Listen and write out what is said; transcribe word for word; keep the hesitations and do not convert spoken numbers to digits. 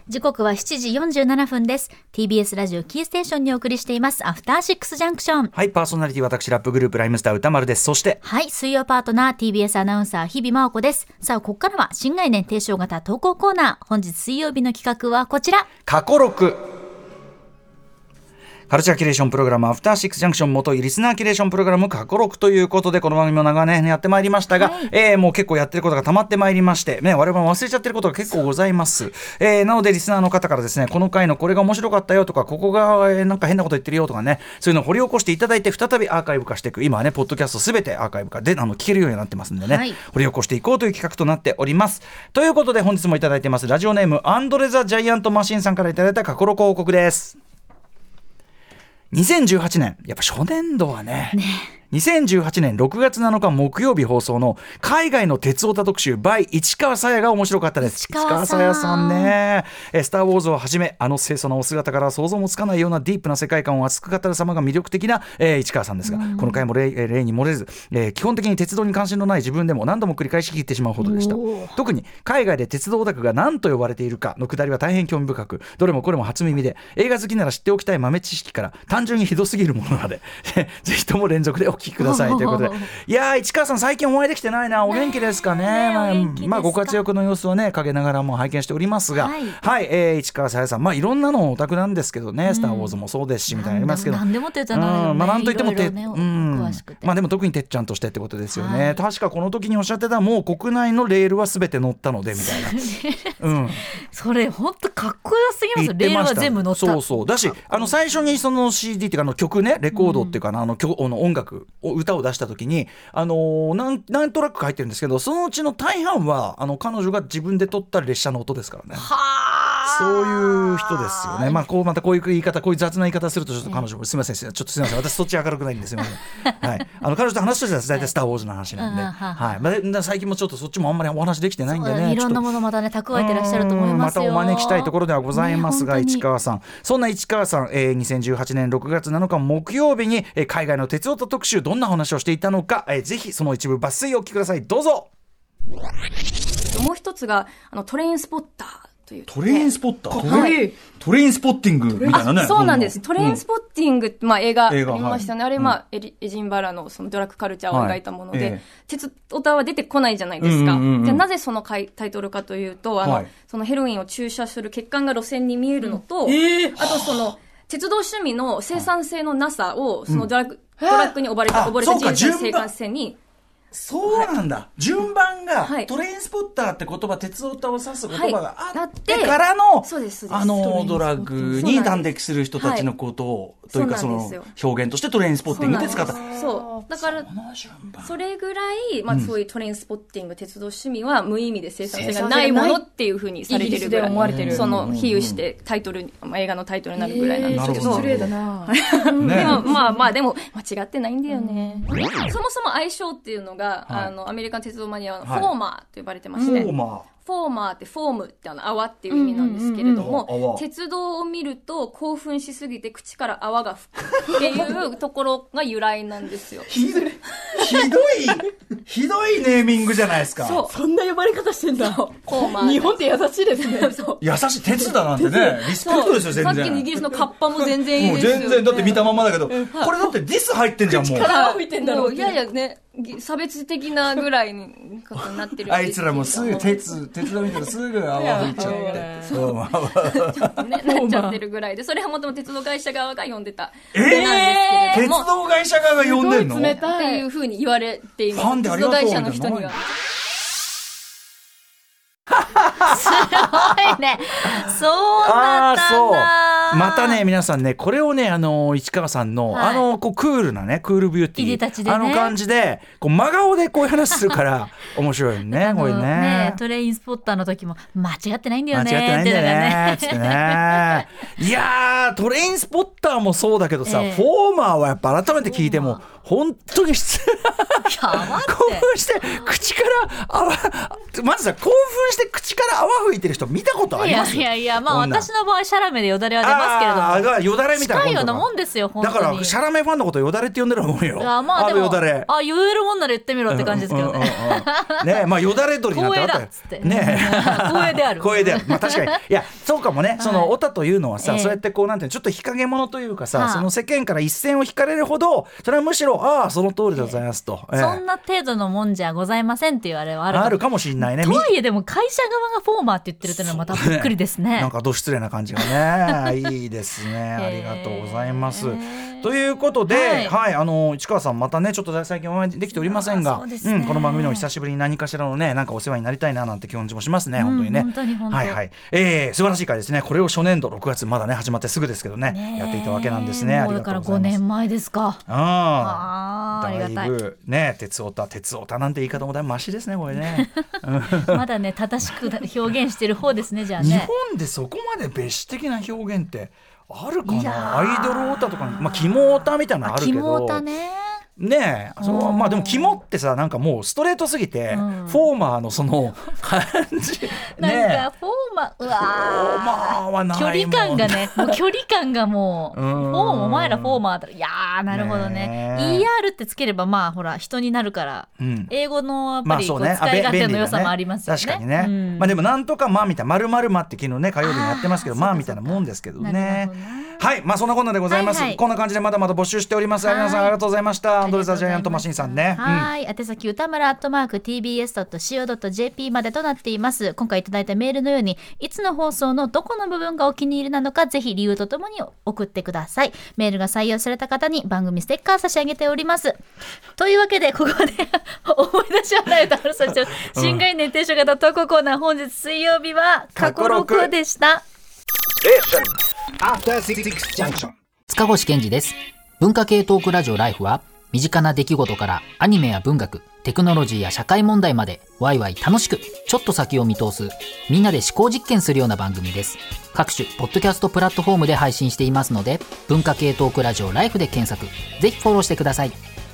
時刻はしちじよんじゅうななふんです。 ティービーエス ラジオキーステーションにお送りしていますアフターシックスジャンクション。 はい、パーソナリティ私ラップグループライムスター歌丸です。そしてはい水曜パートナー ティービーエス アナウンサー日々真央子です。さあここからは新概念提唱型投稿コーナー。本日水曜日の企画はこちら、 過去録。カルチャーキュレーションプログラムアフターシックスジャンクション元リスナーキュレーションプログラム過去録ということで、この番組も長年やってまいりましたが、はい、えー、もう結構やってることが溜まってまいりまして、ね、我々も忘れちゃってることが結構ございます。えー、なのでリスナーの方からですね、この回のこれが面白かったよとか、ここが、えー、なんか変なこと言ってるよとかね、そういうのを掘り起こしていただいて再びアーカイブ化していく。今はねポッドキャストすべてアーカイブ化であの聞けるようになってますんでね、はい、掘り起こしていこうという企画となっております。ということで本日もいただいてます。ラジオネームアンドレ・ザ・ジャイアント・マシンさんからいただいた過去録報告です。にせんじゅうはちねん、やっぱ初年度は ね, ねにせんじゅうはちねんろくがつなのか木曜日放送の海外の鉄オタ特集 by 市川紗耶が面白かったです。市川紗耶さんね、スターウォーズをはじめあの清楚なお姿から想像もつかないようなディープな世界観を熱く語る様が魅力的な、えー、市川さんですが、うん、この回も 例, 例に漏れず、えー、基本的に鉄道に関心のない自分でも何度も繰り返し聞いてしまうほどでした。特に海外で鉄道オタクが何と呼ばれているかのくだりは大変興味深く、どれもこれも初耳で、映画好きなら知っておきたい豆知識から単純にひどすぎるものまでぜひとも連続でお聞きくださいということで、いやー市川さん最近お会いできてないな。お元気ですか ね, ね, ねまあ、まあご活躍の様子はね陰ながらも拝見しておりますが、はい、はい、えー、市川紗耶さん、まあいろんなのオタクなんですけどね、うん、スターウォーズもそうですしみたいなのありますけど、 何でもって言ったら、 まあなんといってもて、 ね、 うん、 詳しくて、 まあでも特にてっちゃんとしてってことですよね、はい、確かこの時におっしゃってた、もう国内のレールは全て乗ったのでみたいなうん、それ本当かっこよすぎます。レールは全部乗った。 そうそうだし、あの最初にその シーディー っていうかあの曲ね、レコードっていうかな、うん、あの曲の音楽歌を出した時にあのー、何, 何トラックか入ってるんですけど、そのうちの大半はあの彼女が自分で撮った列車の音ですからね。はそういう人ですよね。まあこうまたこういう言い方、こういう雑な言い方するとちょっと彼女もすみません、ちょっとすみません、私そっち明るくないんですよ、ねはい、あの彼女と話としては大体スターウォーズの話なんで、はい、まあ、最近もちょっとそっちもあんまりお話できてないんでね、 いろんなものまたね蓄えてらっしゃると思いますよ。 またお招きしたいところではございますが、ね、市川さん、そんな市川さん、えー、にせんじゅうはちねんろくがつなのか木曜日に、えー、海外の鉄オタ特集どんな話をしていたのか、えー、ぜひその一部抜粋をお聞きください。どうぞ。 もう一つがあのトレインスポッターという、ね、 トレインスポッター、はい、トレインスポッティングみたいなね。 そうなんです、うん、トレインスポッティング、まあ、映画ありましたね、はい、あれ、まあ、うん、エジンバラ の, そのドラッグカルチャーを描いたもので、はい、えー、鉄オタは出てこないじゃないですか、うんうんうん、じゃあなぜそのタイトルかというと、あの、はい、そのヘロインを注射する血管が路線に見えるのと、うん、えー、あとその鉄道趣味の生産性のなさをそのドラッグ、うん、ドラッグに溺れた溺れた人生生活線に、 そうなんだ、はい、順番が、はい、トレインスポッターって言葉、鉄オタを指す言葉があってからの、はい、あのドラッグに断溺する人たちのことを、というかその表現としてトレインスポッティングで使った。 そうだからそれぐらい、まあ、そういうトレインスポッティング、うん、鉄道趣味は無意味で生産性がないものっていう風にされてるぐらい、思われてる、その比喩してタイトルに、まあ、映画のタイトルになるぐらいなんですけど、 失礼だなでもまあまあでも間違ってないんだよね、うん、そもそも愛称っていうのが、はい、あのアメリカン鉄道マニアのフォーマーと呼ばれてまして、はい、フォーマーフォーマーってフォームってあの泡っていう意味なんですけれども、うんうんうん、鉄道を見ると興奮しすぎて口から泡が吹くっていうところが由来なんですよ。 ひどいひどいネーミングじゃないですか。 そう、そんな呼ばれ方してんだ。フォーマー。日本って優しいですね。そう優しい、鉄だなんてね、リスペクトですよ全然。 さっきのイギリスのカッパも全然いいですよ、ね、 もう全然だって見たままだけど、これだってディス入ってんじゃんもう。 口から吹いてんだろう。いやいやね、差別的なぐらいにことになってる。 あいつらもすぐ鉄鉄道見たらすぐ泡吹いちゃってそうね、なっちゃってるぐらいで、それはもともと鉄道会社側が呼んでた、 えー、鉄道会社側が呼んでんのっていう風に言われています。 ファンでありがとう。鉄道会社の人にはすごいね。そうだったんだ。 またね皆さんね、これをね、あの市川さんの、はい、あのこうクールなね、クールビューティー、 立ちでね、 あの感じでこう真顔でこういう話するから面白いねこれ ね, ねトレインスポッターの時も間違ってないんだよね、 間違ってないんだよねつってねいやートレインスポッターもそうだけどさ、えー、フォーマーはやっぱ改めて聞いても本当に失礼興奮して口から泡まずさ興奮して口から泡吹いてる人見たことあります？ いやいやいや、まあ私の場合シャラメでよだれは出ますけれども、 ああよだれみたいな近いようなもんですよ本当に。 だからシャラメファンのことよだれって呼んでるもんよ。 あまあでもよだれあ言えるもんなら言ってみろって感じですけどね、うんうんうんうん、ねまあよだれ鳥なんてあったよね光栄である光栄である、まあ、確かにいやそうかもね、そのオタというのはさ、 ええ、 そうやってこうなんていうのちょっと日陰者というかさ、 はあ、 その世間から一線を引かれるほどそれはむしろああその通りでございますと、 ええええ、そんな程度のもんじゃございませんっていうあれはあるかも、 あるかもしれないね。 とはいえでも会社側がフォーマーって言ってるっていうのはまたびっくりですね。 なんかど失礼な感じがねいいですねありがとうございます、ということで、はいはい、あの市川さんまたねちょっと最近お会いできておりませんが、ね、うん、この番組でも久しぶりに何かしらのねなんかお世話になりたいななんて気持ちもしますね、うん、本当にね。 本当に本当、 はいはい、えー、素晴らしい回ですね。これを初年度ろくがつまだね始まってすぐですけど ね, ねやっていたわけなんですね。ありがとうございます。もうだからごねんまえですか。ああ、ありがたいね。鉄オタ鉄オタなんて言い方もだいぶマシですねこれねまだね正しく表現してる方ですね。じゃあね日本でそこまで別紙的な表現ってあるかな。アイドルオタとか、まあ、キモオタみたいなのあるけど、 キモオタねねえ、そうまあでもキモってさなんかもうストレートすぎて、うん、フォーマーのその感じね、 なんかフォーマーうわフォーマーはないもん、 距離感がねもう距離感がもうフォーマーお前らフォーマーだいやーなるほどね。 イーアール ってつければまあほら人になるから、うん、英語のやっぱりこう使い勝手の良さもありますよね。 確かにね、うん、まあでもなんとかまあみたいな丸々まって昨日ね火曜日にやってますけどまあみたいなもんですけどね。はい、まあそんなこんなでございます、はいはい、こんな感じでまだまだ募集しております。皆さんありがとうございました。アンドレザジャイアントマシンさんね。 はい、うん、宛先歌村アットマーク ティービーエスドットシーオードットジェーピー までとなっています。今回いただいたメールのようにいつの放送のどこの部分がお気に入りなのかぜひ理由とともに送ってください。メールが採用された方に番組ステッカー差し上げております。というわけでここで思い出しはないとあるさちゃう新概念提唱型投稿コーナー、本日水曜日は過去録でした。 塚越健二です。文化系トークラジオライフは身近な出来事からアニメや文学、テクノロジーや社会問題までワイワイ楽しくちょっと先を見通すみんなで思考実験するような番組です。各種ポッドキャストプラットフォームで配信していますので文化系トークラジオライフで検索、ぜひフォローしてください。